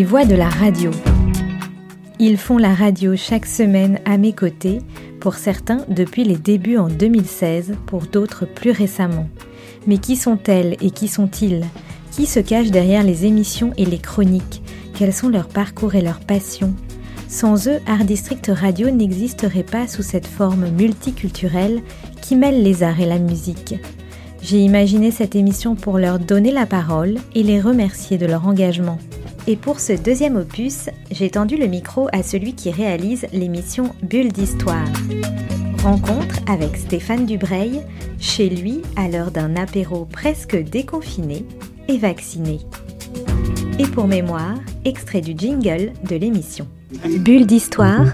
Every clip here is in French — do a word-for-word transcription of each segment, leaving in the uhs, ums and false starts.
Les voix de la radio. Ils font la radio chaque semaine à mes côtés, pour certains depuis les débuts en deux mille seize, pour d'autres plus récemment. Mais qui sont-elles et qui sont-ils ? Qui se cache derrière les émissions et les chroniques ? Quels sont leurs parcours et leurs passions ? Sans eux, Art District Radio n'existerait pas sous cette forme multiculturelle qui mêle les arts et la musique. J'ai imaginé cette émission pour leur donner la parole et les remercier de leur engagement. Et pour ce deuxième opus, j'ai tendu le micro à celui qui réalise l'émission Bulle d'Histoire. Rencontre avec Stéphane Dubreuil, chez lui à l'heure d'un apéro presque déconfiné et vacciné. Et pour mémoire, extrait du jingle de l'émission. Bulle d'Histoire,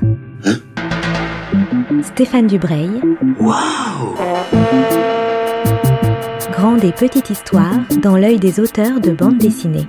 Stéphane Dubreuil. Waouh! Grande et petite histoire dans l'œil des auteurs de bande dessinée.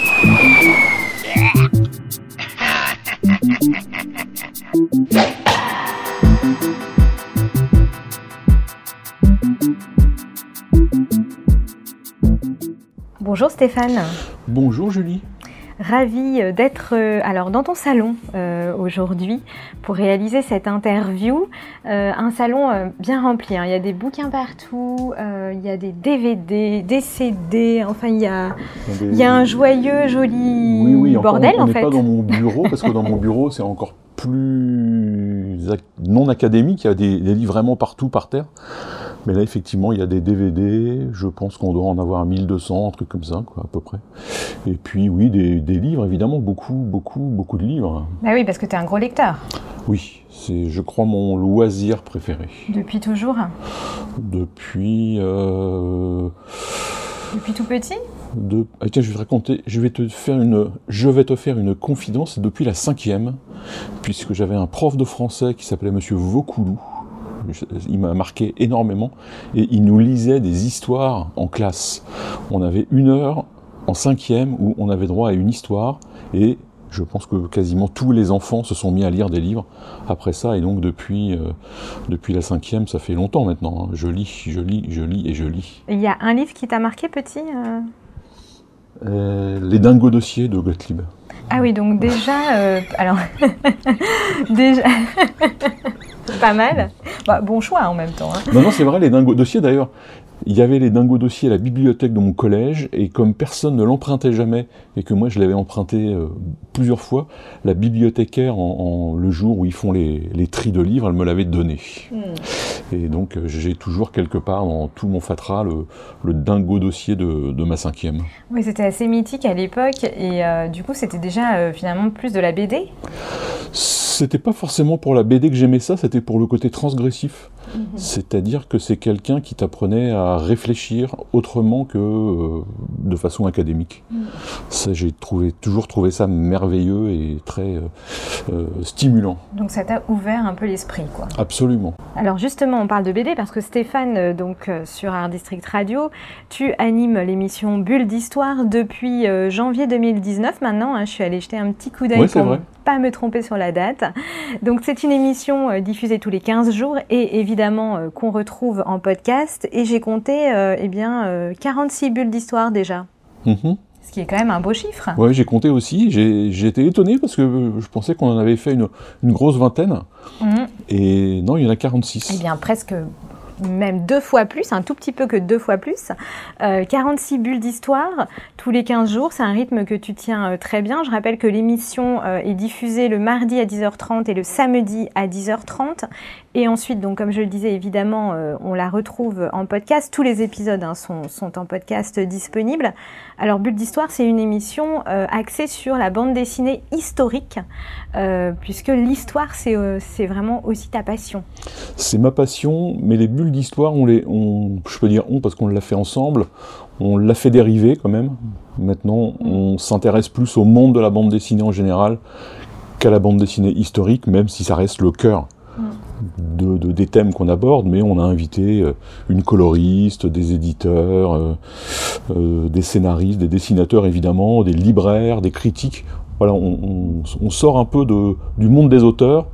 Bonjour Stéphane. Bonjour Julie. Ravie d'être euh, alors dans ton salon euh, aujourd'hui pour réaliser cette interview. Euh, un salon euh, bien rempli, hein. Il y a des bouquins partout, euh, il y a des D V D, des C D, enfin il y a, des... il y a un joyeux, joli oui, oui, bordel on, on en fait. On n'est pas dans mon bureau parce que dans mon bureau c'est encore plus non académique, il y a des, des livres vraiment partout par terre. Mais là, effectivement, il y a des D V D, je pense qu'on doit en avoir mille deux cents, un truc comme ça, quoi, à peu près. Et puis, oui, des, des livres, évidemment, beaucoup, beaucoup, beaucoup de livres. Bah oui, parce que tu es un gros lecteur. Oui, c'est, je crois, mon loisir préféré. Depuis toujours ? Depuis... Euh... Depuis tout petit ? De... Ah, tiens, je vais te raconter, je vais te faire une, je vais te faire une confidence depuis la cinquième, puisque j'avais un prof de français qui s'appelait Monsieur Vaucoulou. Il m'a marqué énormément et il nous lisait des histoires en classe. On avait une heure en cinquième où on avait droit à une histoire et je pense que quasiment tous les enfants se sont mis à lire des livres après ça et donc depuis, euh, depuis la cinquième, ça fait longtemps maintenant. Hein. Je lis, je lis, je lis et je lis. Il y a un livre qui t'a marqué petit euh... Euh, Les Dingos dossiers de Gottlieb. Ah oui, donc déjà, euh, alors déjà. Pas mal. Bah, bon choix en même temps. Hein. Non, non, c'est vrai, les Dingos dossiers d'ailleurs. Il y avait les Dingos dossiers à la bibliothèque de mon collège, et comme personne ne l'empruntait jamais, et que moi je l'avais emprunté euh, plusieurs fois, la bibliothécaire, en, en, le jour où ils font les, les tris de livres, elle me l'avait donné. Mm. Et donc euh, j'ai toujours quelque part dans tout mon fatras le, le Dingo dossier de, de ma cinquième. Oui, c'était assez mythique à l'époque, et euh, du coup c'était déjà euh, finalement plus de la B D ? C'était pas forcément pour la B D que j'aimais ça, c'était pour le côté transgressif. Mmh. C'est-à-dire que c'est quelqu'un qui t'apprenait à réfléchir autrement que euh, de façon académique. Mmh. Ça, j'ai trouvé, toujours trouvé ça merveilleux et très euh, euh, stimulant. Donc ça t'a ouvert un peu l'esprit, quoi. Absolument. Alors justement, on parle de B D parce que Stéphane, euh, donc euh, sur Art District Radio, tu animes l'émission Bulle d'Histoire depuis euh, janvier deux mille dix-neuf maintenant. Hein, je suis allée jeter un petit coup d'œil ouais, pour ne pas me tromper sur la date. Donc c'est une émission euh, diffusée tous les quinze jours et évidemment euh, qu'on retrouve en podcast. Et j'ai compté euh, eh bien, euh, quarante-six bulles d'histoire déjà. Mm-hmm. Ce qui est quand même un beau chiffre. Oui, j'ai compté aussi. J'ai, j'ai été étonné parce que je pensais qu'on en avait fait une, une grosse vingtaine. Mm-hmm. Et non, il y en a quarante-six. Eh bien, presque... même deux fois plus, un tout petit peu que deux fois plus. Euh, quarante-six bulles d'histoire tous les quinze jours, c'est un rythme que tu tiens euh, très bien. Je rappelle que l'émission euh, est diffusée le mardi à dix heures trente et le samedi à dix heures trente. Et ensuite, donc, comme je le disais, évidemment, euh, on la retrouve en podcast. Tous les épisodes hein, sont, sont en podcast disponibles. Alors, Bulle d'Histoire, c'est une émission euh, axée sur la bande dessinée historique, euh, puisque l'histoire, c'est, euh, c'est vraiment aussi ta passion. C'est ma passion, mais les bulles d'histoire, on les, on, je peux dire on parce qu'on l'a fait ensemble, on l'a fait dériver quand même. Maintenant, on s'intéresse plus au monde de la bande dessinée en général qu'à la bande dessinée historique, même si ça reste le cœur de, de, des thèmes qu'on aborde, mais on a invité une coloriste, des éditeurs, euh, euh, des scénaristes, des dessinateurs évidemment, des libraires, des critiques. Voilà, on, on, on sort un peu de, du monde des auteurs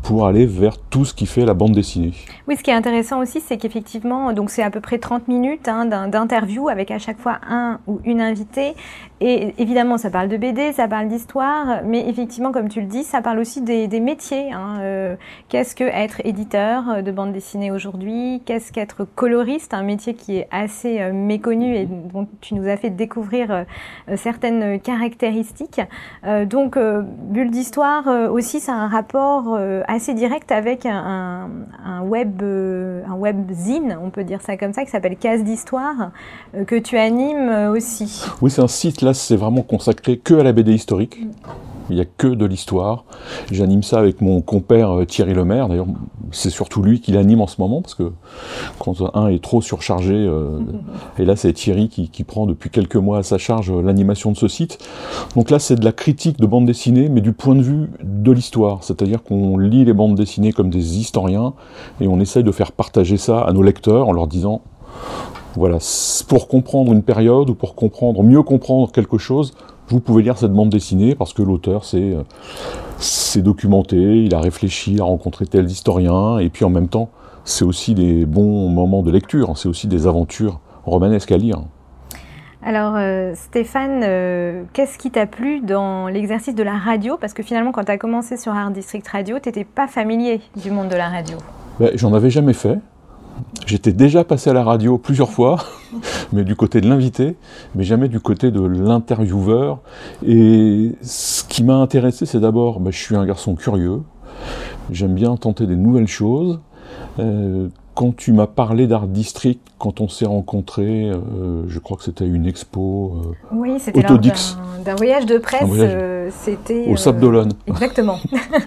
pour aller vers tout ce qui fait la bande dessinée. Oui, ce qui est intéressant aussi, c'est qu'effectivement, donc c'est à peu près trente minutes hein, d'interview avec à chaque fois un ou une invitée. Et évidemment, ça parle de B D, ça parle d'histoire, mais effectivement, comme tu le dis, ça parle aussi des, des métiers. Hein. Euh, qu'est-ce que être éditeur de bande dessinée aujourd'hui? Qu'est-ce qu'être coloriste? Un métier qui est assez euh, méconnu et dont tu nous as fait découvrir euh, certaines caractéristiques. Euh, donc, euh, Bulle d'Histoire euh, aussi, ça a un rapport euh, assez direct avec un, un, web, euh, un webzine, on peut dire ça comme ça, qui s'appelle Case d'Histoire, euh, que tu animes euh, aussi. Oui, c'est un site, là, c'est vraiment consacré que à la B D historique. Mm. Il n'y a que de l'histoire. J'anime ça avec mon compère euh, Thierry Lemaire. D'ailleurs, c'est surtout lui qui l'anime en ce moment, parce que quand un est trop surchargé, euh, et là c'est Thierry qui, qui prend depuis quelques mois à sa charge euh, l'animation de ce site. Donc là, c'est de la critique de bande dessinée, mais du point de vue de l'histoire. C'est-à-dire qu'on lit les bandes dessinées comme des historiens, et on essaye de faire partager ça à nos lecteurs en leur disant... Voilà, pour comprendre une période ou pour comprendre, mieux comprendre quelque chose, vous pouvez lire cette bande dessinée parce que l'auteur s'est c'est documenté, il a réfléchi, il a rencontré tel historien, et puis en même temps, c'est aussi des bons moments de lecture, c'est aussi des aventures romanesques à lire. Alors euh, Stéphane, euh, qu'est-ce qui t'a plu dans l'exercice de la radio? Parce que finalement, quand tu as commencé sur Art District Radio, tu n'étais pas familier du monde de la radio. Ben, j'en avais jamais fait. J'étais déjà passé à la radio plusieurs fois, mais du côté de l'invité, mais jamais du côté de l'intervieweur. Et ce qui m'a intéressé, c'est d'abord, ben, je suis un garçon curieux, j'aime bien tenter des nouvelles choses. Euh, quand tu m'as parlé d'Art District, quand on s'est rencontrés, euh, je crois que c'était une expo euh, oui, c'était lors d'un, d'un voyage de presse, voyage euh, c'était... Au Sable d'Olonne. Euh, exactement.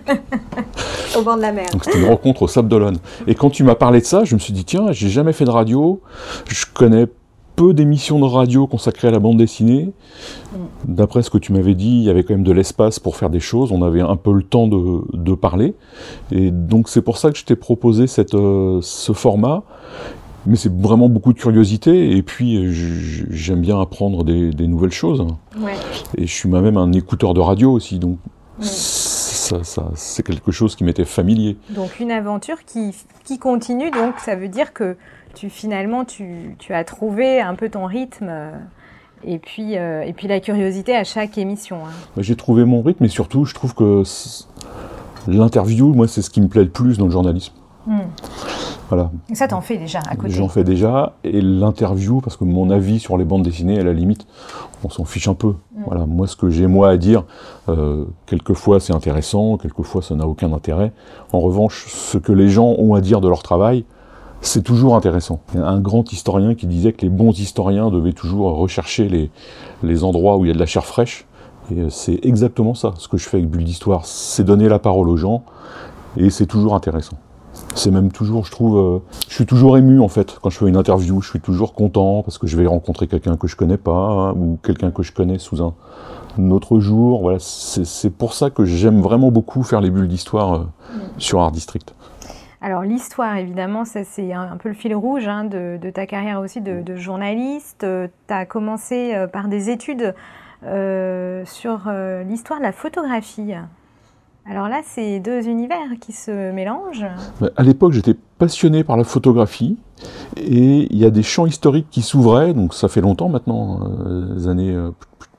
Au bord de la mer. Donc c'était une rencontre au Sable d'Olonne. Et quand tu m'as parlé de ça, je me suis dit, tiens, j'ai jamais fait de radio, je connais peu d'émissions de radio consacrées à la bande dessinée. Mm. D'après ce que tu m'avais dit, il y avait quand même de l'espace pour faire des choses, on avait un peu le temps de, de parler. Et donc c'est pour ça que je t'ai proposé cette, euh, ce format. Mais c'est vraiment beaucoup de curiosité, et puis j'aime bien apprendre des, des nouvelles choses. Ouais. Et je suis moi-même un écouteur de radio aussi, donc mm. Ça, ça, c'est quelque chose qui m'était familier. Donc une aventure qui, qui continue, donc ça veut dire que tu, finalement tu, tu as trouvé un peu ton rythme et puis, euh, et puis la curiosité à chaque émission. Hein. J'ai trouvé mon rythme, et surtout je trouve que l'interview, moi c'est ce qui me plaît le plus dans le journalisme. Hmm. Voilà. Et ça t'en fais déjà à côté. J'en fais déjà, et l'interview, parce que mon avis sur les bandes dessinées, à la limite, on s'en fiche un peu. Mm. Voilà, moi, ce que j'ai moi à dire, euh, quelquefois c'est intéressant, quelquefois ça n'a aucun intérêt. En revanche, ce que les gens ont à dire de leur travail, c'est toujours intéressant. Il y a un grand historien qui disait que les bons historiens devaient toujours rechercher les, les endroits où il y a de la chair fraîche, et c'est exactement ça, ce que je fais avec Bulle d'Histoire, c'est donner la parole aux gens, et c'est toujours intéressant. C'est même toujours, je trouve, euh, je suis toujours ému en fait quand je fais une interview, je suis toujours content parce que je vais rencontrer quelqu'un que je connais pas hein, ou quelqu'un que je connais sous un, un autre jour. Voilà, c'est, c'est pour ça que j'aime vraiment beaucoup faire les bulles d'histoire euh, mmh. sur Art District. Alors l'histoire, évidemment, ça, c'est un, un peu le fil rouge hein, de, de ta carrière aussi de, de journaliste. Euh, tu as commencé euh, par des études euh, sur euh, l'histoire de la photographie. Alors là, c'est deux univers qui se mélangent. À l'époque, j'étais passionné par la photographie et il y a des champs historiques qui s'ouvraient, donc ça fait longtemps maintenant, euh, les années... Euh,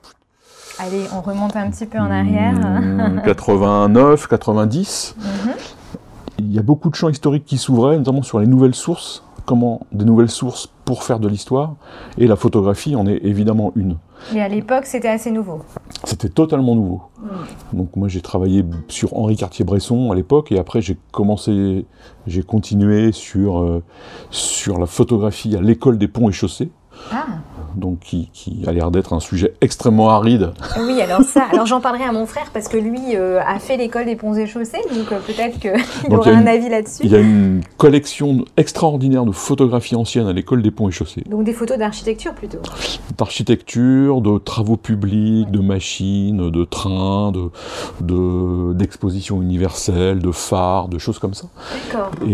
Allez, on remonte un petit peu en arrière. quatre-vingt-neuf, quatre-vingt-dix. Mm-hmm. Il y a beaucoup de champs historiques qui s'ouvraient, notamment sur les nouvelles sources, comment des nouvelles sources pour faire de l'histoire, et la photographie en est évidemment une. Et à l'époque, c'était assez nouveau. C'était totalement nouveau. Mmh. Donc moi, j'ai travaillé sur Henri Cartier-Bresson à l'époque, et après, j'ai commencé, j'ai continué sur, euh, sur la photographie à l'école des ponts et chaussées. Ah. Donc qui, qui a l'air d'être un sujet extrêmement aride. Oui, alors ça, alors j'en parlerai à mon frère parce que lui euh, a fait l'école des ponts et chaussées, donc euh, peut-être qu'il aura un avis là-dessus. Il y a une collection extraordinaire de photographies anciennes à l'école des ponts et chaussées. Donc des photos d'architecture plutôt. D'architecture, de travaux publics, ouais. de machines, de trains, de, de, d'expositions universelles, de phares, de choses comme ça. D'accord. Et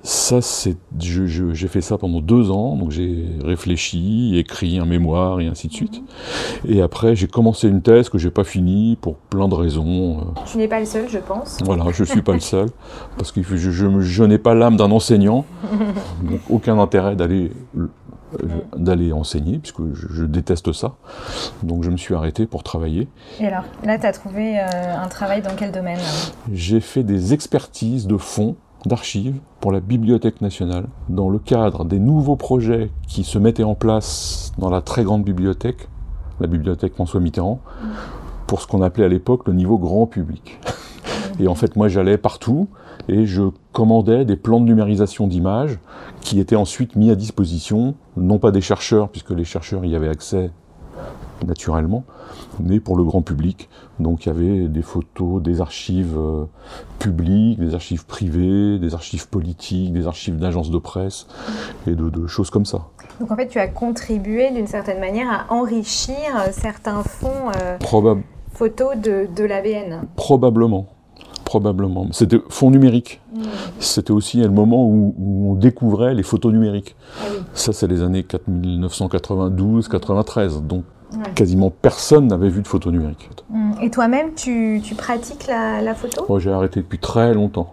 Ça, c'est, je, je, j'ai fait ça pendant deux ans, donc j'ai réfléchi, écrit un mémoire et ainsi de suite. Mmh. Et après, j'ai commencé une thèse que j'ai pas finie pour plein de raisons. Tu n'es pas le seul, je pense. Voilà, je suis pas le seul, parce que je, je, je n'ai pas l'âme d'un enseignant, donc aucun intérêt d'aller, euh, d'aller enseigner, puisque je, je déteste ça. Donc je me suis arrêté pour travailler. Et alors, là, tu as trouvé euh, un travail dans quel domaine ? J'ai fait des expertises de fonds d'archives pour la Bibliothèque nationale, dans le cadre des nouveaux projets qui se mettaient en place dans la très grande bibliothèque, la bibliothèque François Mitterrand, pour ce qu'on appelait à l'époque le niveau grand public. Et en fait, moi, j'allais partout et je commandais des plans de numérisation d'images qui étaient ensuite mis à disposition, non pas des chercheurs, puisque les chercheurs y avaient accès naturellement, mais pour le grand public. Donc il y avait des photos des archives euh, publiques, des archives privées, des archives politiques, des archives d'agences de presse et de, de choses comme ça. Donc en fait tu as contribué d'une certaine manière à enrichir certains fonds euh, Probab- photos de, de l'A B N. Probablement. Probablement. C'était fonds numériques. Mmh. C'était aussi le moment où, où on découvrait les photos numériques. Ah oui. Ça, c'est les années mille neuf cent quatre-vingt-douze quatre-vingt-treize. Donc, ouais. Quasiment personne n'avait vu de photos numériques. Mmh. Et toi-même, tu, tu pratiques la, la photo ? Moi, j'ai arrêté depuis très longtemps.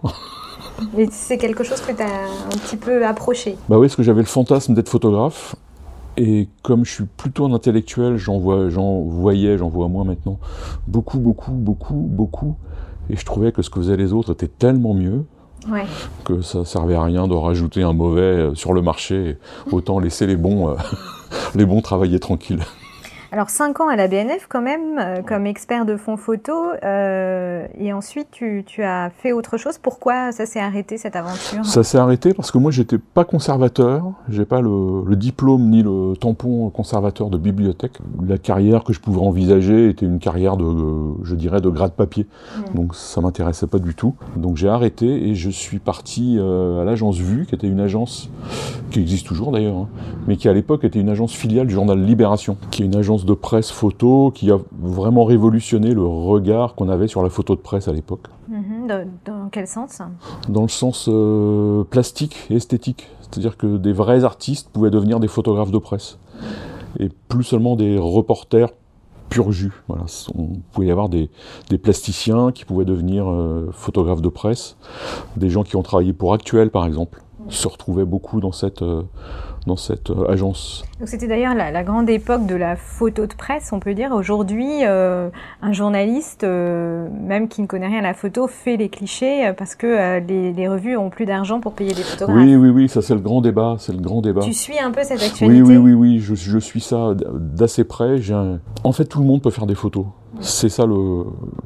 Et c'est quelque chose que tu as un petit peu approché ? Bah oui, parce que j'avais le fantasme d'être photographe. Et comme je suis plutôt un intellectuel, j'en, vois, j'en voyais, j'en vois moins maintenant, beaucoup, beaucoup, beaucoup, beaucoup. Et je trouvais que ce que faisaient les autres était tellement mieux ouais. que ça ne servait à rien de rajouter un mauvais sur le marché. Autant laisser les bons, euh, les bons travailler tranquilles. Alors cinq ans à la B N F quand même, euh, comme expert de fonds photo, euh, et ensuite tu, tu as fait autre chose. Pourquoi ça s'est arrêté cette aventure ? Ça s'est arrêté parce que moi j'étais pas conservateur, j'ai pas le, le diplôme ni le tampon conservateur de bibliothèque. La carrière que je pouvais envisager était une carrière de, je dirais, de grade papier, mmh. donc ça m'intéressait pas du tout. Donc j'ai arrêté et je suis parti euh, à l'agence Vue, qui était une agence qui existe toujours d'ailleurs, hein, mais qui à l'époque était une agence filiale du journal Libération, qui est une agence de presse photo qui a vraiment révolutionné le regard qu'on avait sur la photo de presse à l'époque. Mmh, dans, dans quel sens ? Dans le sens euh, plastique et esthétique. C'est-à-dire que des vrais artistes pouvaient devenir des photographes de presse. Et plus seulement des reporters pur jus. Voilà. On pouvait y avoir des, des plasticiens qui pouvaient devenir euh, photographes de presse. Des gens qui ont travaillé pour Actuel, par exemple, se retrouvaient beaucoup dans cette... Euh, dans cette euh, agence. Donc c'était d'ailleurs la, la grande époque de la photo de presse, on peut dire. Aujourd'hui, euh, un journaliste, euh, même qui ne connaît rien à la photo, fait les clichés euh, parce que euh, les, les revues ont plus d'argent pour payer des photographes. Oui, oui, oui, ça c'est le grand débat, c'est le grand débat. Tu suis un peu cette actualité ? Oui, oui, oui, oui, je, je suis ça d'assez près. J'ai un... En fait, tout le monde peut faire des photos. Oui. C'est ça le...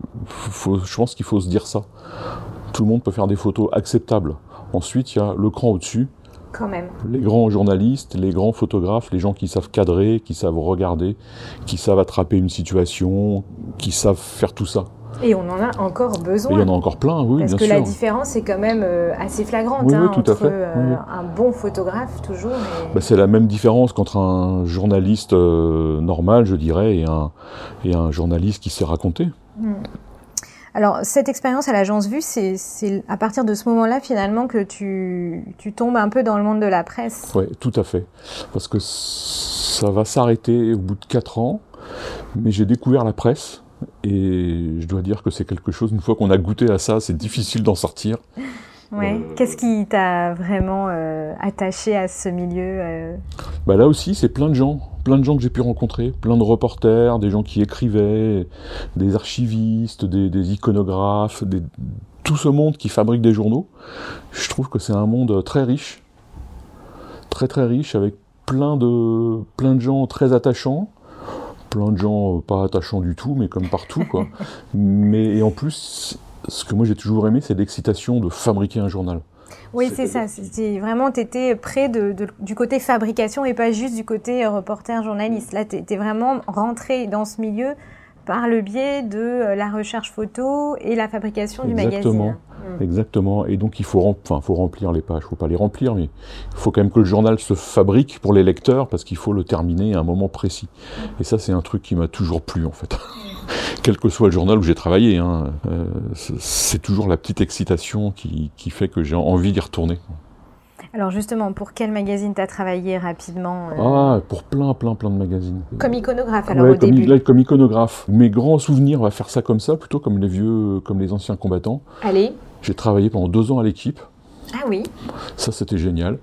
Faut, je pense qu'il faut se dire ça. Tout le monde peut faire des photos acceptables. Ensuite, il y a le cran au-dessus. Quand même. Les grands journalistes, les grands photographes, les gens qui savent cadrer, qui savent regarder, qui savent attraper une situation, qui savent faire tout ça. Et on en a encore besoin. Et il y en a encore plein, oui, Parce bien sûr. Parce que la différence est quand même euh, assez flagrante oui, hein, oui, tout entre à fait. euh, oui. un bon photographe toujours. Et... Bah, c'est la même différence qu'entre un journaliste euh, normal, je dirais, et un, et un journaliste qui sait raconter. Hmm. Alors, cette expérience à l'agence Vue, c'est, c'est à partir de ce moment-là, finalement, que tu, tu tombes un peu dans le monde de la presse. Oui, tout à fait. Parce que ça va s'arrêter au bout de quatre ans, mais j'ai découvert la presse, et je dois dire que c'est quelque chose, une fois qu'on a goûté à ça, c'est difficile d'en sortir. Ouais. Euh... Qu'est-ce qui t'a vraiment euh, attaché à ce milieu euh... Bah là aussi, c'est plein de gens, plein de gens que j'ai pu rencontrer, plein de reporters, des gens qui écrivaient, des archivistes, des, des iconographes, des... tout ce monde qui fabrique des journaux. Je trouve que c'est un monde très riche, très très riche, avec plein de, plein de gens très attachants, plein de gens pas attachants du tout, mais comme partout, quoi. mais et en plus... Ce que moi j'ai toujours aimé, c'est l'excitation de fabriquer un journal. Oui, c'est, c'est ça. C'est vraiment, tu étais près de, de, du côté fabrication et pas juste du côté reporter-journaliste. Là, tu es vraiment rentré dans ce milieu par le biais de la recherche photo et la fabrication du Exactement. magazine. Mmh. Exactement. Et donc, il faut, rem- enfin, faut remplir les pages. Il ne faut pas les remplir, mais il faut quand même que le journal se fabrique pour les lecteurs parce qu'il faut le terminer à un moment précis. Mmh. Et ça, c'est un truc qui m'a toujours plu, en fait. Mmh. Quel que soit le journal où j'ai travaillé, hein, euh, c'est toujours la petite excitation qui, qui fait que j'ai envie d'y retourner. Alors justement, pour quel magazine tu as travaillé rapidement euh... Ah, pour plein, plein, plein de magazines. Comme iconographe alors ouais, au comme, début là, comme iconographe. Mes grands souvenirs, on va faire ça comme ça, plutôt comme les vieux, comme les anciens combattants. Allez. J'ai travaillé pendant deux ans à l'équipe. Ah oui. Ça, c'était génial.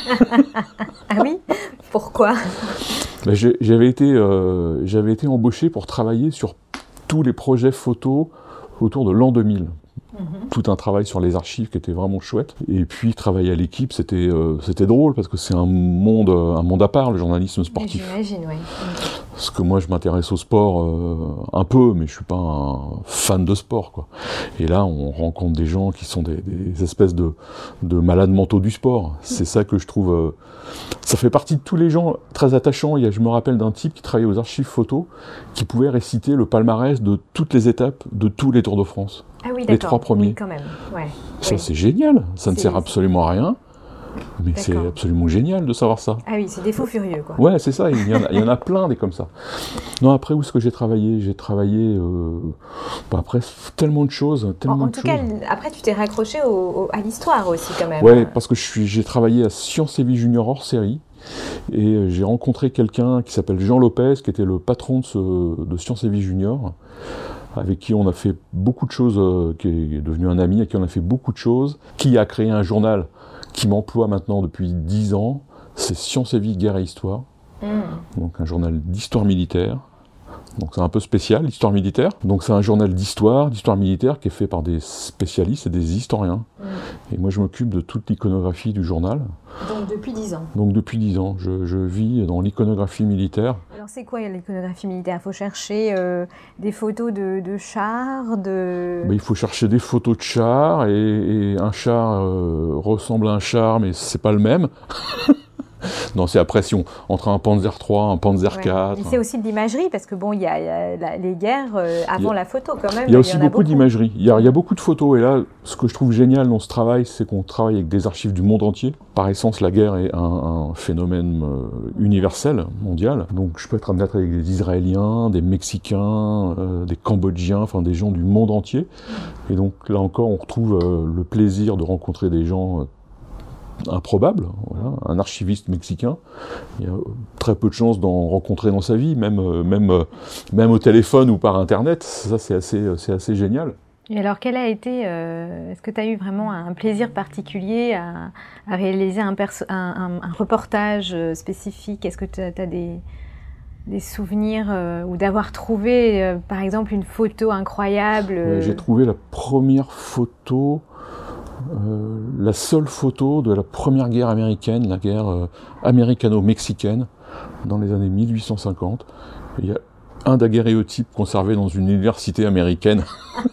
Ah oui. Pourquoi? ben, j'ai, j'avais, été, euh, j'avais été embauché pour travailler sur tous les projets photos autour de l'an deux mille. Mmh. Tout un travail sur les archives qui était vraiment chouette. Et puis travailler à l'équipe, c'était, euh, c'était drôle parce que c'est un monde, un monde à part, le journalisme sportif. J'imagine, oui. Parce que moi, je m'intéresse au sport euh, un peu, mais je suis pas un fan de sport, quoi. Et là, on rencontre des gens qui sont des, des espèces de, de malades mentaux du sport. C'est ça que je trouve... Euh, ça fait partie de tous les gens très attachants. Il y a, je me rappelle d'un type qui travaillait aux archives photo, qui pouvait réciter le palmarès de toutes les étapes de tous les Tours de France. Ah oui, les trois premiers. Oui, quand même. Ouais. Ça, oui. c'est génial. Ça c'est... ne sert absolument à rien. Mais d'accord. C'est absolument génial de savoir ça. Ah oui, c'est des faux furieux, quoi. Ouais, c'est ça, il y en a, il y en a plein des comme ça. Non, après, où est-ce que j'ai travaillé? J'ai travaillé, euh, bah, après, tellement de choses, tellement en, en de tout choses. cas, après, tu t'es raccroché au, au, à l'histoire aussi, quand même. Ouais, parce que je suis, j'ai travaillé à Sciences et Vie Junior hors série, et j'ai rencontré quelqu'un qui s'appelle Jean Lopez, qui était le patron de, ce, de Sciences et Vie Junior, avec qui on a fait beaucoup de choses, euh, qui est devenu un ami, avec qui on a fait beaucoup de choses, qui a créé un journal qui m'emploie maintenant depuis dix ans, c'est Sciences et Vie, Guerre et Histoire, mmh. donc un journal d'histoire militaire. Donc c'est un peu spécial, l'histoire militaire. Donc c'est un journal d'histoire, d'histoire militaire qui est fait par des spécialistes et des historiens. Mmh. Et moi je m'occupe de toute l'iconographie du journal. Donc depuis dix ans. Donc depuis dix ans, je, je vis dans l'iconographie militaire. Alors c'est quoi l'iconographie militaire? Il faut chercher euh, des photos de, de chars, de... Ben, il faut chercher des photos de chars, et, et un char euh, ressemble à un char, mais c'est pas le même. Non, c'est après si on entre un Panzer trois, un Panzer ouais. quatre. Mais c'est aussi de l'imagerie, parce que bon, il y a, y a la, les guerres euh, avant a, la photo quand même. Il y a aussi y beaucoup, beaucoup d'imagerie. Il y, a, il y a beaucoup de photos, et là, ce que je trouve génial dans ce travail, c'est qu'on travaille avec des archives du monde entier. Par essence, la guerre est un, un phénomène euh, universel, mondial. Donc je peux être amené à travailler avec des Israéliens, des Mexicains, euh, des Cambodgiens, enfin des gens du monde entier. Et donc là encore, on retrouve euh, le plaisir de rencontrer des gens... Euh, improbable, voilà, un archiviste mexicain. Il y a très peu de chances d'en rencontrer dans sa vie, même, même, même au téléphone ou par Internet. Ça, c'est assez, c'est assez génial. Et alors, quel a été, euh, est-ce que tu as eu vraiment un plaisir particulier à, à réaliser un, perso- un, un, un reportage spécifique? Est-ce que tu as des, des souvenirs euh, ou d'avoir trouvé, euh, par exemple, une photo incroyable? Ouais, j'ai trouvé la première photo... Euh, la seule photo de la première guerre américaine, la guerre euh, américano-mexicaine, dans les années mille huit cent cinquante. Il y a un daguerréotype conservé dans une université américaine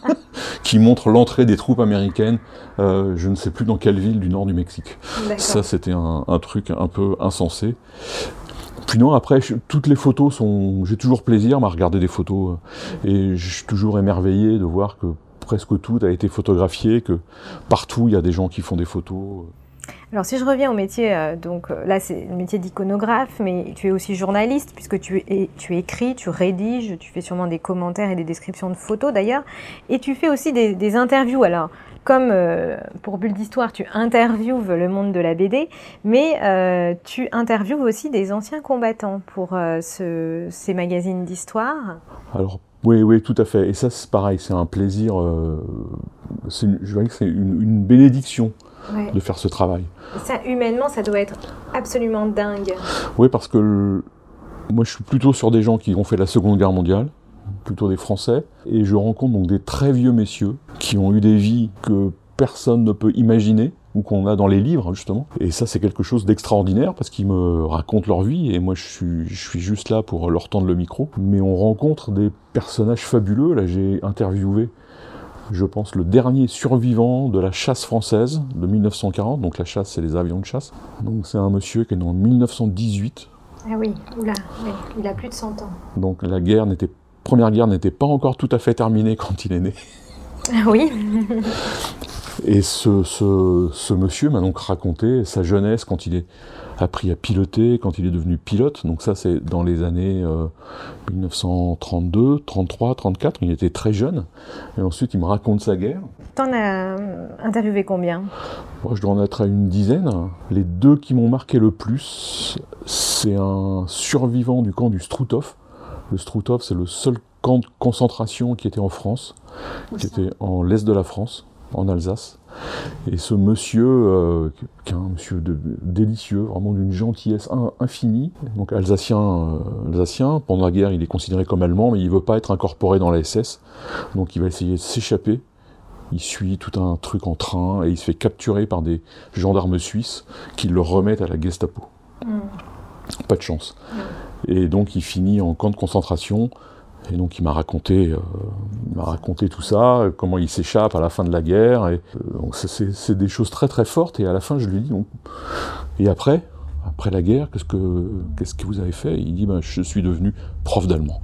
qui montre l'entrée des troupes américaines, euh, je ne sais plus dans quelle ville du nord du Mexique. D'accord. Ça, c'était un, un truc un peu insensé. Puis non, après, je, toutes les photos sont... J'ai toujours plaisir à regarder des photos, euh, et je suis toujours émerveillé de voir que presque tout a été photographié, que partout il y a des gens qui font des photos. Alors si je reviens au métier, euh, donc là c'est le métier d'iconographe, mais tu es aussi journaliste puisque tu, es, tu écris, tu rédiges, tu fais sûrement des commentaires et des descriptions de photos d'ailleurs, et tu fais aussi des, des interviews. Alors comme euh, pour Bulle d'Histoire, tu interviewes le monde de la B D, mais euh, tu interviewes aussi des anciens combattants pour euh, ce, ces magazines d'histoire. Alors oui, oui, tout à fait. Et ça, c'est pareil, c'est un plaisir, euh, c'est une, je dirais que c'est une, une bénédiction ouais. de faire ce travail. Et ça, humainement, ça doit être absolument dingue. Oui, parce que le, moi, je suis plutôt sur des gens qui ont fait la Seconde Guerre mondiale, plutôt des Français, et je rencontre donc des très vieux messieurs qui ont eu des vies que personne ne peut imaginer, ou qu'on a dans les livres, justement. Et ça, c'est quelque chose d'extraordinaire, parce qu'ils me racontent leur vie, et moi, je suis, je suis juste là pour leur tendre le micro. Mais on rencontre des personnages fabuleux. Là, j'ai interviewé, je pense, le dernier survivant de la chasse française de mille neuf cent quarante. Donc la chasse, c'est les avions de chasse. Donc c'est un monsieur qui est né en mille neuf cent dix-huit. Ah oui, oula, oui, il a plus de cent ans. Donc la guerre n'était, première guerre n'était pas encore tout à fait terminée quand il est né. Ah oui. Et ce, ce, ce monsieur m'a donc raconté sa jeunesse quand il est appris à piloter, quand il est devenu pilote. Donc ça, c'est dans les années euh, dix-neuf cent trente-deux, trente-trois, trente-quatre. Il était très jeune. Et ensuite, il me raconte sa guerre. T'en as interviewé combien ? Moi, je dois en être à une dizaine. Les deux qui m'ont marqué le plus, c'est un survivant du camp du Struthof. Le Struthof, c'est le seul camp de concentration qui était en France, qui était en l'est de la France, en Alsace. Et ce monsieur, euh, qui est un monsieur de, délicieux, vraiment d'une gentillesse in, infinie, donc alsacien, euh, alsacien, pendant la guerre il est considéré comme allemand, mais il ne veut pas être incorporé dans la S S, donc il va essayer de s'échapper. Il suit tout un truc en train et il se fait capturer par des gendarmes suisses qui le remettent à la Gestapo. Mm. Pas de chance. Mm. Et donc il finit en camp de concentration. Et donc il m'a raconté, euh, il m'a raconté tout ça, comment il s'échappe à la fin de la guerre. Et, euh, donc c'est, c'est des choses très très fortes. Et à la fin, je lui dis, donc, et après, après la guerre, qu'est-ce que, qu'est-ce que vous avez fait ? Il dit, ben, je suis devenu prof d'allemand.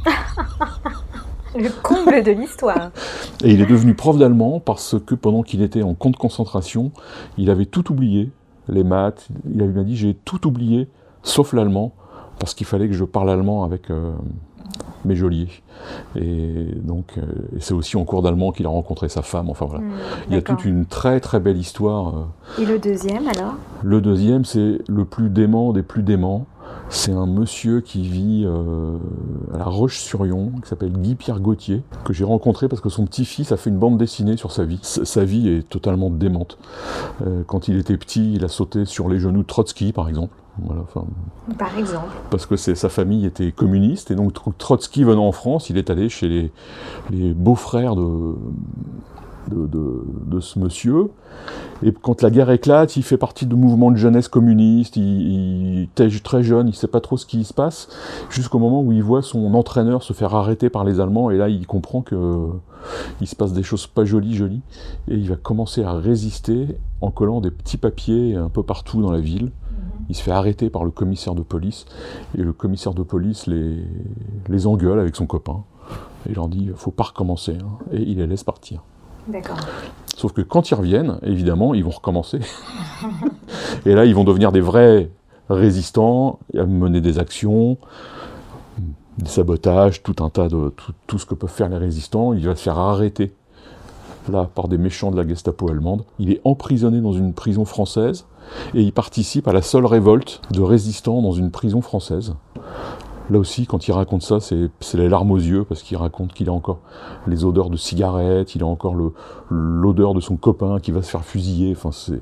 Le comble de l'histoire. Et il est devenu prof d'allemand parce que pendant qu'il était en camp de concentration, il avait tout oublié, les maths. Il m'a dit, j'ai tout oublié, sauf l'allemand, parce qu'il fallait que je parle allemand avec euh, mes geôliers. Et donc, euh, et c'est aussi en cours d'allemand qu'il a rencontré sa femme. Enfin voilà, mmh, il y a toute une très très belle histoire. Et le deuxième alors ? Le deuxième, c'est le plus dément des plus déments. C'est un monsieur qui vit euh, à La Roche-sur-Yon, qui s'appelle Guy-Pierre Gauthier, que j'ai rencontré parce que son petit-fils a fait une bande dessinée sur sa vie. S- sa vie est totalement démente. Euh, quand il était petit, il a sauté sur les genoux de Trotsky, par exemple. Voilà, par exemple. Parce que c'est, sa famille était communiste, et donc Trotsky venant en France, il est allé chez les, les beaux-frères de... De, de, de ce monsieur, et quand la guerre éclate, il fait partie de mouvements de jeunesse communiste, il, il est très jeune, il ne sait pas trop ce qui se passe, jusqu'au moment où il voit son entraîneur se faire arrêter par les Allemands, et là il comprend que il se passe des choses pas jolies, jolies, et il va commencer à résister en collant des petits papiers un peu partout dans la ville. Il se fait arrêter par le commissaire de police, et le commissaire de police les, les engueule avec son copain, et il leur dit « faut pas recommencer hein », et il les laisse partir. D'accord. Sauf que quand ils reviennent, évidemment, ils vont recommencer. Et là, ils vont devenir des vrais résistants, mener des actions, des sabotages, tout un tas de... tout, tout ce que peuvent faire les résistants. Il va se faire arrêter, là, par des méchants de la Gestapo allemande. Il est emprisonné dans une prison française, et il participe à la seule révolte de résistants dans une prison française. Là aussi, quand il raconte ça, c'est, c'est les larmes aux yeux, parce qu'il raconte qu'il a encore les odeurs de cigarettes, il a encore le, l'odeur de son copain qui va se faire fusiller. Enfin, c'est...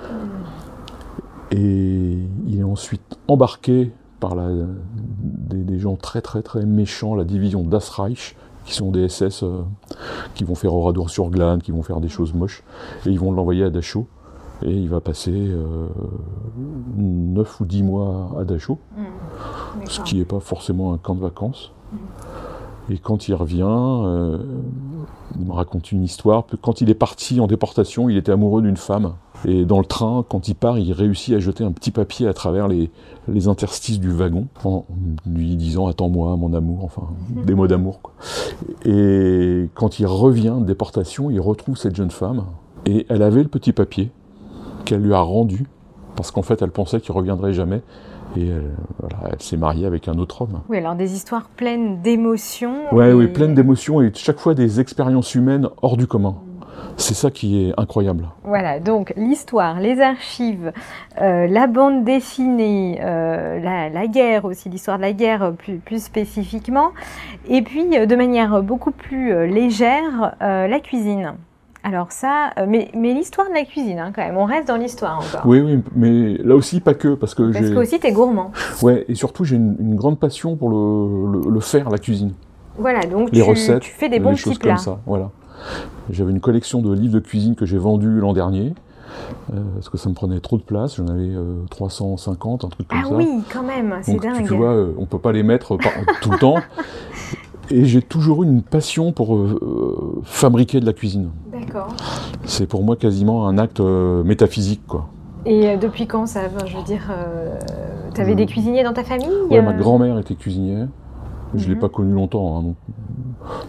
Et il est ensuite embarqué par la, des, des gens très très très méchants, la division Das Reich, qui sont des S S euh, qui vont faire Oradour-sur-Glane, qui vont faire des choses moches, et ils vont l'envoyer à Dachau. Et il va passer euh, neuf ou dix mois à Dachau, mmh. ce qui n'est pas forcément un camp de vacances. Mmh. Et quand il revient, euh, il me raconte une histoire. Quand il est parti en déportation, il était amoureux d'une femme. Et dans le train, quand il part, il réussit à jeter un petit papier à travers les, les interstices du wagon, en lui disant « Attends-moi, mon amour », enfin, mmh. des mots d'amour, quoi. Et quand il revient de déportation, il retrouve cette jeune femme, et elle avait le petit papier qu'elle lui a rendu, parce qu'en fait elle pensait qu'il ne reviendrait jamais, et elle, voilà, elle s'est mariée avec un autre homme. Oui, alors des histoires pleines d'émotions. Ouais, et... Oui, pleines d'émotions, et chaque fois des expériences humaines hors du commun. C'est ça qui est incroyable. Voilà, donc l'histoire, les archives, euh, la bande dessinée, euh, la, la guerre aussi, l'histoire de la guerre plus, plus spécifiquement, et puis de manière beaucoup plus légère, euh, la cuisine. Alors ça, euh, mais, mais l'histoire de la cuisine, hein, quand même, on reste dans l'histoire encore. Oui, oui, mais là aussi, pas que, parce que parce j'ai... que aussi, t'es gourmand. Ouais, et surtout, j'ai une, une grande passion pour le, le, le faire, la cuisine. Voilà, donc les tu, recettes, tu fais des bons les petits choses plats. comme ça, voilà. J'avais une collection de livres de cuisine que j'ai vendus l'an dernier, euh, parce que ça me prenait trop de place, j'en avais euh, trois cent cinquante, un truc comme ah ça. Ah oui, quand même, c'est donc, dingue. Tu, tu vois, euh, on peut pas les mettre par, tout le temps. Et j'ai toujours eu une passion pour euh, fabriquer de la cuisine. D'accord. C'est pour moi quasiment un acte euh, métaphysique, quoi. Et euh, depuis quand ça va, je veux dire, euh, tu avais je... des cuisiniers dans ta famille ? Ouais, ma grand-mère était cuisinière. Je ne mm-hmm. l'ai pas connue longtemps. Hein, donc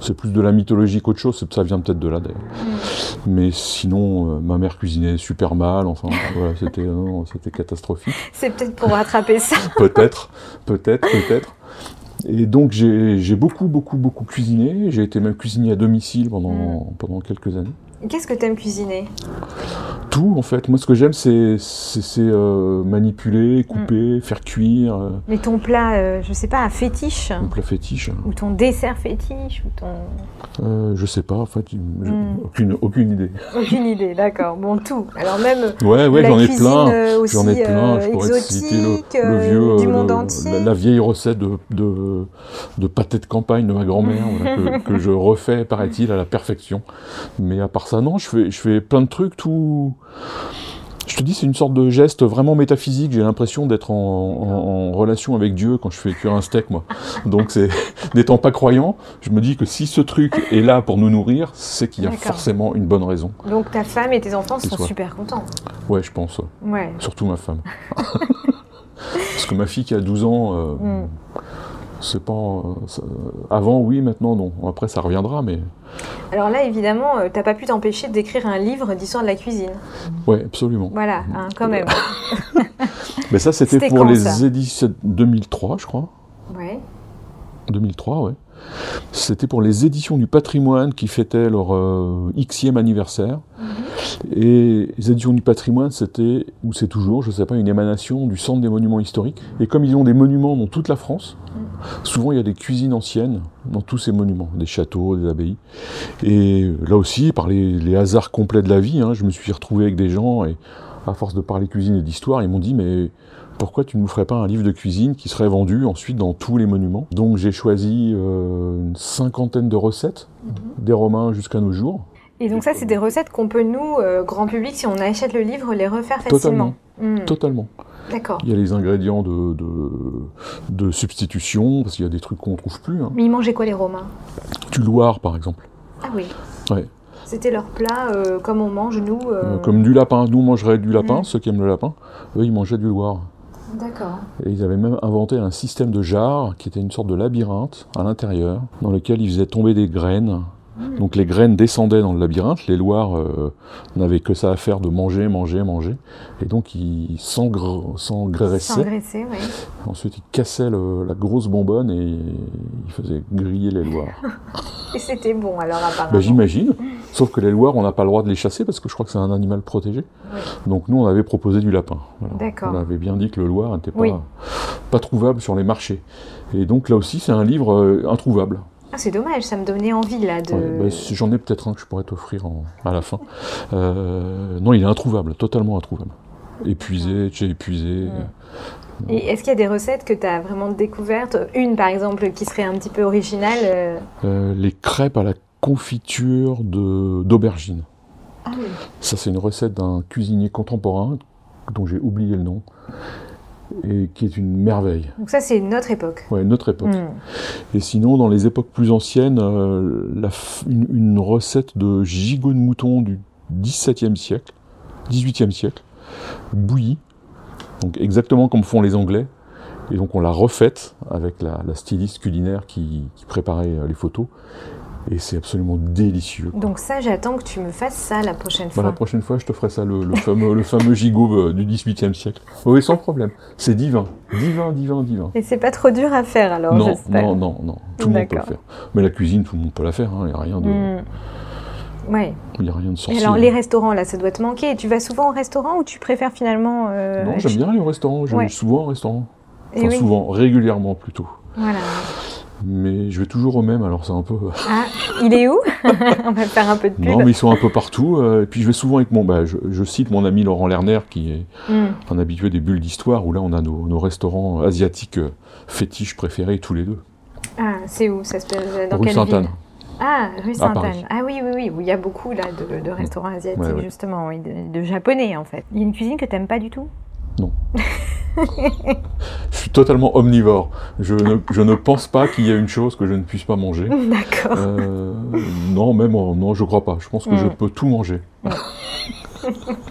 c'est plus de la mythologie qu'autre chose, ça vient peut-être de là d'ailleurs. Mmh. Mais sinon, euh, ma mère cuisinait super mal, enfin voilà, c'était, non, c'était catastrophique. C'est peut-être pour rattraper ça. peut-être, peut-être, peut-être. Et donc j'ai, j'ai beaucoup, beaucoup, beaucoup cuisiné. J'ai été même cuisinier à domicile pendant, mmh. pendant quelques années. Qu'est-ce que tu aimes cuisiner ? Tout, en fait. Moi, ce que j'aime, c'est, c'est, c'est euh, manipuler, couper, mmh. faire cuire. Euh... Mais ton plat, euh, je sais pas, un fétiche ? Mon plat fétiche. Ou ton dessert fétiche ou ton... euh, Je sais pas, en fait. Je... Mmh. Aucune, aucune idée. Aucune idée, d'accord. Bon, tout. Alors même ouais, ouais, la j'en ai cuisine plein. aussi j'en ai plein. Euh, je pourrais exotique, te citer le, le vieux, du euh, monde le, entier. La, la vieille recette de, de, de pâté de campagne de ma grand-mère, voilà, que, que je refais, paraît-il, à la perfection. Mais à part ça, non, je fais, je fais plein de trucs, tout... Je te dis, c'est une sorte de geste vraiment métaphysique. J'ai l'impression d'être en, en, en relation avec Dieu quand je fais cuire un steak, moi. Donc, c'est, n'étant pas croyant, je me dis que si ce truc est là pour nous nourrir, c'est qu'il y a D'accord. forcément une bonne raison. Donc, ta femme et tes enfants sont soit. super contents. Ouais, je pense. Ouais. Ouais. Surtout ma femme. Parce que ma fille qui a douze ans... Euh, mm. C'est pas... Ça, avant, oui, maintenant, non. Après, ça reviendra, mais... Alors là, évidemment, euh, t'as pas pu t'empêcher d'écrire un livre d'histoire de la cuisine. Oui, absolument. Voilà, hein, quand même. Mais ça, c'était, c'était pour quand, les ça éditions... deux mille trois, je crois. Ouais. deux mille trois, ouais. C'était pour les éditions du patrimoine qui fêtaient leur euh, Xème anniversaire. Mm-hmm. Et les éditions du patrimoine, c'était, ou c'est toujours, je ne sais pas, une émanation du Centre des monuments historiques. Et comme ils ont des monuments dans toute la France, mm. souvent il y a des cuisines anciennes dans tous ces monuments, des châteaux, des abbayes. Et là aussi, par les, les hasards complets de la vie, hein, je me suis retrouvé avec des gens, et à force de parler cuisine et d'histoire, ils m'ont dit, mais... pourquoi tu ne nous ferais pas un livre de cuisine qui serait vendu ensuite dans tous les monuments ? Donc j'ai choisi euh, une cinquantaine de recettes, mm-hmm. des Romains jusqu'à nos jours. Et donc ça, c'est des recettes qu'on peut, nous, euh, grand public, si on achète le livre, les refaire facilement. Totalement, mm. Totalement. D'accord. Il y a les ingrédients de, de, de substitution, parce qu'il y a des trucs qu'on ne trouve plus. Hein. Mais ils mangeaient quoi, les Romains ? Du Loir, par exemple. Ah oui. Ouais. C'était leur plat euh, comme on mange, nous euh... Euh, Comme du lapin. Nous, on mangerait du lapin, mm. ceux qui aiment le lapin. Eux, ils mangeaient du Loir. D'accord. Et ils avaient même inventé un système de jarre qui était une sorte de labyrinthe à l'intérieur, dans lequel ils faisaient tomber des graines. Mmh. Donc les graines descendaient dans le labyrinthe, les Loirs euh, n'avaient que ça à faire de manger, manger, manger. Et donc ils s'engr- s'engraissaient. S'engraissaient, oui. Ensuite ils cassaient le, la grosse bonbonne et ils faisaient griller les Loirs. Et c'était bon alors apparemment. Ben, j'imagine. Sauf que les Loirs, on n'a pas le droit de les chasser parce que je crois que c'est un animal protégé. Oui. Donc nous, on avait proposé du lapin. Voilà. D'accord. On avait bien dit que le Loir n'était pas, oui. pas trouvable sur les marchés. Et donc là aussi, c'est un livre euh, introuvable. Ah, c'est dommage, ça me donnait envie là de... Ouais, bah, j'en ai peut-être un que je pourrais t'offrir en, à la fin. Euh, non, il est introuvable, totalement introuvable. Épuisé, j'ai épuisé. Mmh. Et est-ce qu'il y a des recettes que tu as vraiment découvertes ? Une par exemple qui serait un petit peu originale euh... Euh, Les crêpes à la confiture de, d'aubergine. Ah oui. Ça, c'est une recette d'un cuisinier contemporain dont j'ai oublié le nom. Et qui est une merveille. Donc ça, c'est notre époque. Oui, notre époque. Mmh. Et sinon, dans les époques plus anciennes, euh, la f- une, une recette de gigot de mouton du dix-septième siècle, dix-huitième siècle, bouillie, donc exactement comme font les Anglais. Et donc on l'a refaite avec la, la styliste culinaire qui, qui préparait les photos. Et c'est absolument délicieux. Quoi. Donc ça, j'attends que tu me fasses ça la prochaine bah, fois. La prochaine fois, je te ferai ça, le, le, fameux, le fameux gigot du dix-huitième siècle. Oui, sans problème. C'est divin, divin, divin, divin. Et c'est pas trop dur à faire alors, non, j'espère. Non, non, non, tout le monde peut le faire. Mais la cuisine, tout le monde peut la faire, il hein, n'y a rien de... Mmh. Ouais. Il n'y a rien de sorcier. Et alors, les restaurants, là, ça doit te manquer. Tu vas souvent au restaurant ou tu préfères finalement... Euh, non, j'aime bien aller au restaurant. Je vais ouais. souvent au restaurant. Enfin, oui. souvent, régulièrement plutôt. Voilà. Mais je vais toujours au même, alors c'est un peu... Ah, il est où ? On va faire un peu de pub. Non, mais ils sont un peu partout. Euh, et puis je vais souvent avec mon... Bah, je, je cite mon ami Laurent Lerner, qui est mm. un habitué des bulles d'histoire, où là, on a nos, nos restaurants asiatiques euh, fétiches préférés tous les deux. Ah, c'est où ? Ça se passe dans Rue quelle Sainte-Anne. ville ? Ah, rue Sainte-Anne. Ah oui, oui, oui, où il y a beaucoup là, de, de restaurants asiatiques, ouais, ouais. justement, oui, de, de japonais, en fait. Il y a une cuisine que tu n'aimes pas du tout ? Non. Je suis totalement omnivore. Je ne, je ne pense pas qu'il y ait une chose que je ne puisse pas manger. D'accord. Euh, non, même non, je crois pas. Je pense que mmh. je peux tout manger. Mmh.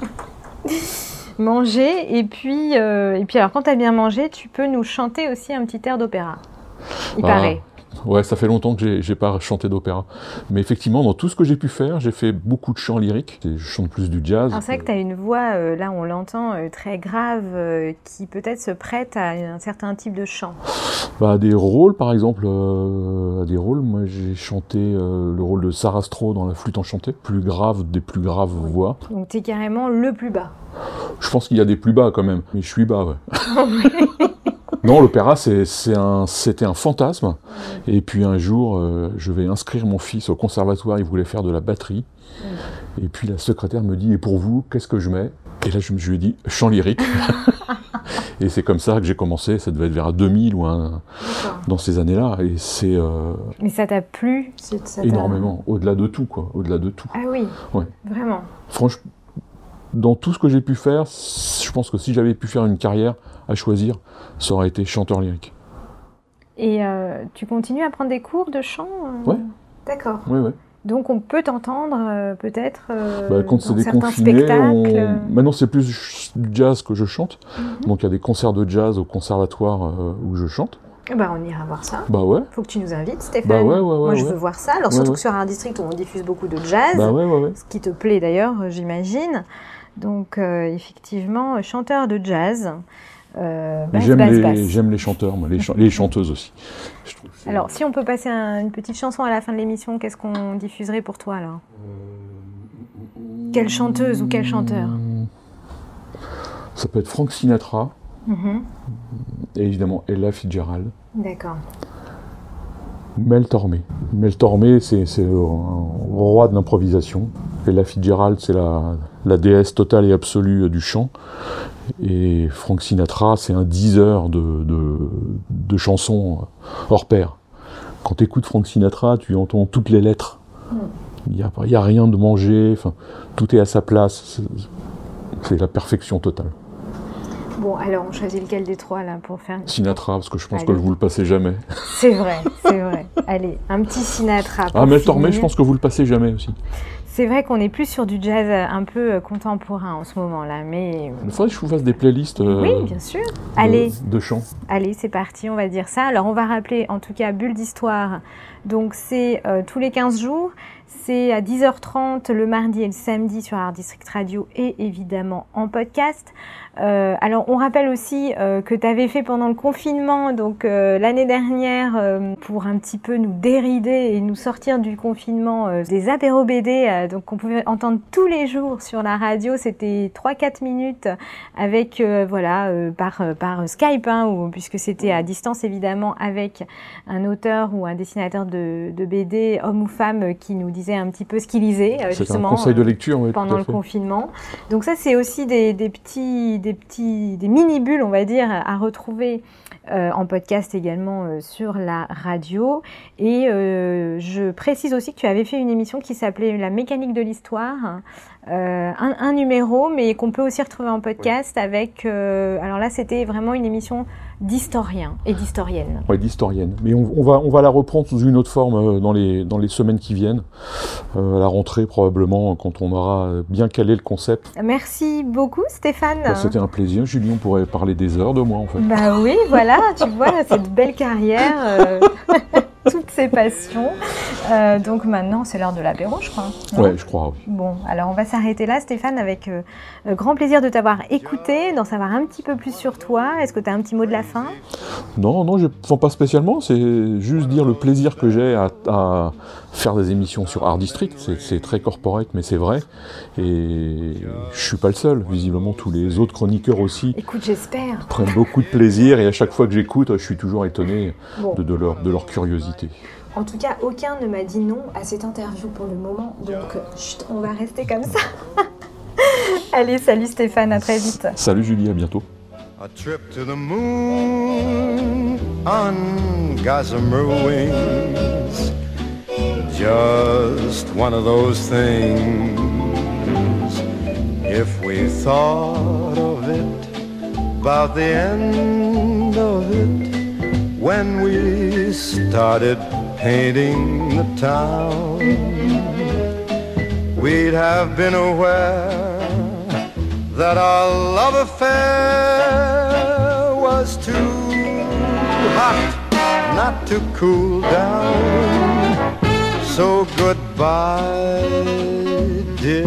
Manger, et puis, euh, et puis alors quand tu as bien mangé, tu peux nous chanter aussi un petit air d'opéra. Il ah. paraît. Ouais, ça fait longtemps que j'ai, j'ai pas chanté d'opéra. Mais effectivement, dans tout ce que j'ai pu faire, j'ai fait beaucoup de chants lyriques. Je chante plus du jazz. Alors c'est vrai que tu as une voix, euh, là on l'entend, euh, très grave, euh, qui peut-être se prête à un certain type de chant. Bah, à des rôles, par exemple, euh, à des rôles, moi j'ai chanté euh, le rôle de Sarastro dans La Flûte enchantée, plus grave des plus graves Oui. voix. Donc tu es carrément le plus bas. Je pense qu'il y a des plus bas quand même, mais je suis bas, ouais. Non, l'opéra, c'est, c'est un, c'était un fantasme. Et puis un jour, euh, je vais inscrire mon fils au conservatoire, il voulait faire de la batterie. Et puis la secrétaire me dit, et pour vous, qu'est-ce que je mets ? Et là, je, je lui ai dit, chant lyrique. Et c'est comme ça que j'ai commencé, ça devait être vers deux mille ou un, dans ces années-là. Et c'est... Euh, Mais ça t'a plu ça énormément, t'a... au-delà de tout, quoi, au-delà de tout. Ah oui, ouais. Vraiment. Franchement, dans tout ce que j'ai pu faire, je pense que si j'avais pu faire une carrière à choisir, ça aurait été chanteur lyrique. Et euh, tu continues à prendre des cours de chant euh... Ouais. D'accord. Ouais, ouais. Donc on peut t'entendre euh, peut-être euh, bah, quand dans c'est certains déconfiné, spectacles. On... Maintenant c'est plus du jazz que je chante. Mm-hmm. Donc il y a des concerts de jazz au conservatoire euh, où je chante. Bah on ira voir ça. Bah ouais. Faut que tu nous invites, Stéphane. Bah ouais, ouais, ouais, Moi je ouais. veux voir ça. Alors ouais, surtout ouais. que sur Art District on diffuse beaucoup de jazz. Bah ouais, ouais, ouais. Ce qui te plaît d'ailleurs, j'imagine. Donc euh, effectivement, chanteur de jazz. Euh, basse, j'aime, basse, les, basse. j'aime les chanteurs, moi, les, ch- les chanteuses aussi. Je trouve que alors, si on peut passer un, une petite chanson à la fin de l'émission, qu'est-ce qu'on diffuserait pour toi alors ? euh... Quelle chanteuse ou quel chanteur ? Ça peut être Frank Sinatra, mm-hmm. et évidemment Ella Fitzgerald. D'accord. Mel Tormé. Mel Tormé, c'est, c'est un roi de l'improvisation. Ella Fitzgerald, c'est la, la déesse totale et absolue du chant. Et Frank Sinatra, c'est un diseur de, de, de chansons hors pair. Quand tu écoutes Frank Sinatra, tu entends toutes les lettres. Il n'y a, y a rien de mangé, tout est à sa place. C'est, c'est la perfection totale. Bon, alors on choisit lequel des trois là pour faire... Sinatra, parce que je pense Allez. que vous le passez jamais. C'est vrai, c'est vrai. Allez, un petit Sinatra. Ah, Mel Tormé, je pense que vous le passez jamais aussi. C'est vrai qu'on est plus sur du jazz un peu contemporain en ce moment-là, mais... Il faudrait que je vous fasse des playlists euh, oui, bien sûr. Allez, de, de chants. Allez, c'est parti, on va dire ça. Alors, on va rappeler, en tout cas, Bulle d'Histoire. Donc, c'est euh, tous les quinze jours. C'est à dix heures trente le mardi et le samedi sur Art District Radio et évidemment en podcast. Euh, alors, on rappelle aussi euh, que tu avais fait pendant le confinement, donc euh, l'année dernière, euh, pour un petit peu nous dérider et nous sortir du confinement, euh, des apéros B D, euh, donc qu'on pouvait entendre tous les jours sur la radio. C'était trois à quatre minutes avec, euh, voilà, euh, par, euh, par Skype, hein, ou, puisque c'était à distance évidemment, avec un auteur ou un dessinateur de, de B D, homme ou femme, qui nous disait un petit peu ce qu'il lisait, euh, c'est justement, un conseil de lecture, oui, pendant le confinement. Donc ça, c'est aussi des, des petits, des petits, des mini-bulles, on va dire, à retrouver euh, en podcast également euh, sur la radio. Et euh, je précise aussi que tu avais fait une émission qui s'appelait La mécanique de l'histoire, euh, un, un numéro, mais qu'on peut aussi retrouver en podcast, oui. Avec... Euh, alors là, c'était vraiment une émission d'historien et d'historienne. Oui, d'historienne. Mais on, on, va, on va la reprendre sous une autre forme euh, dans, les, dans les semaines qui viennent, euh, à la rentrée probablement, quand on aura bien calé le concept. Merci beaucoup Stéphane. Bah, c'était un plaisir, Julie, on pourrait parler des heures de moi en fait. Bah oui, voilà, tu vois, cette belle carrière, euh, toutes ces passions. Euh, donc maintenant, c'est l'heure de l'apéro, je crois. Oui, je crois, oui. Bon, alors on va s'arrêter là, Stéphane, avec euh, euh, grand plaisir de t'avoir écouté, d'en savoir un petit peu plus sur toi. Est-ce que tu as un petit mot de la fin ? Non, non, je ne sens pas spécialement. C'est juste dire le plaisir que j'ai à, à faire des émissions sur Art District. C'est, c'est très corporate, mais c'est vrai. Et je suis pas le seul. Visiblement, tous les autres chroniqueurs aussi. Écoute, j'espère. Prennent beaucoup de plaisir. Et à chaque fois que j'écoute, je suis toujours étonné bon. de, de, leur, de leur curiosité. En tout cas, aucun ne m'a dit non à cette interview pour le moment. Donc, chut, on va rester comme ça. Allez, salut Stéphane, à très vite. Salut Julie, à bientôt. A trip to the moon on gossamer wings. Just one of those things. If we thought of it, about the end of it, when we started painting the town, we'd have been aware that our love affair was too hot not to cool down. So goodbye, dear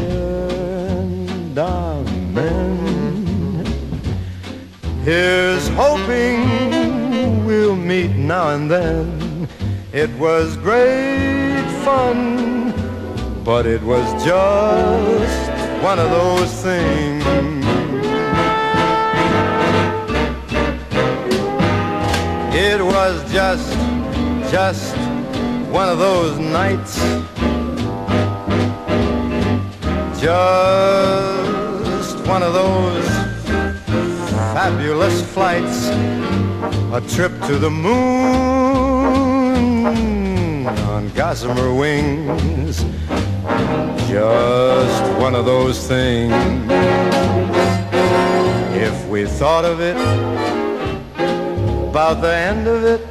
darling. Here's hoping we'll meet now and then. It was great fun, but it was just one of those things. It was just, just one of those nights. Just one of those fabulous flights. A trip to the moon on gossamer wings. Just one of those things. If we thought of it, about the end of it,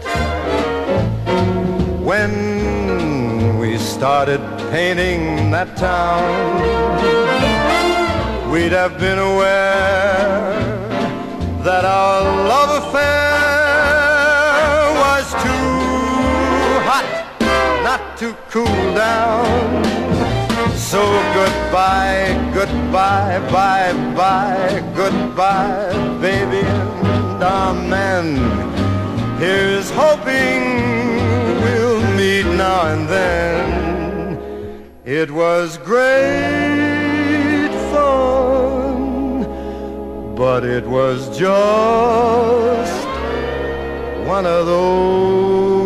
when we started painting that town, we'd have been aware that our love affair was too hot not to cool down. So goodbye, goodbye, bye, bye, goodbye, baby, and amen. Here's hoping we'll meet now and then. It was great fun, but it was just one of those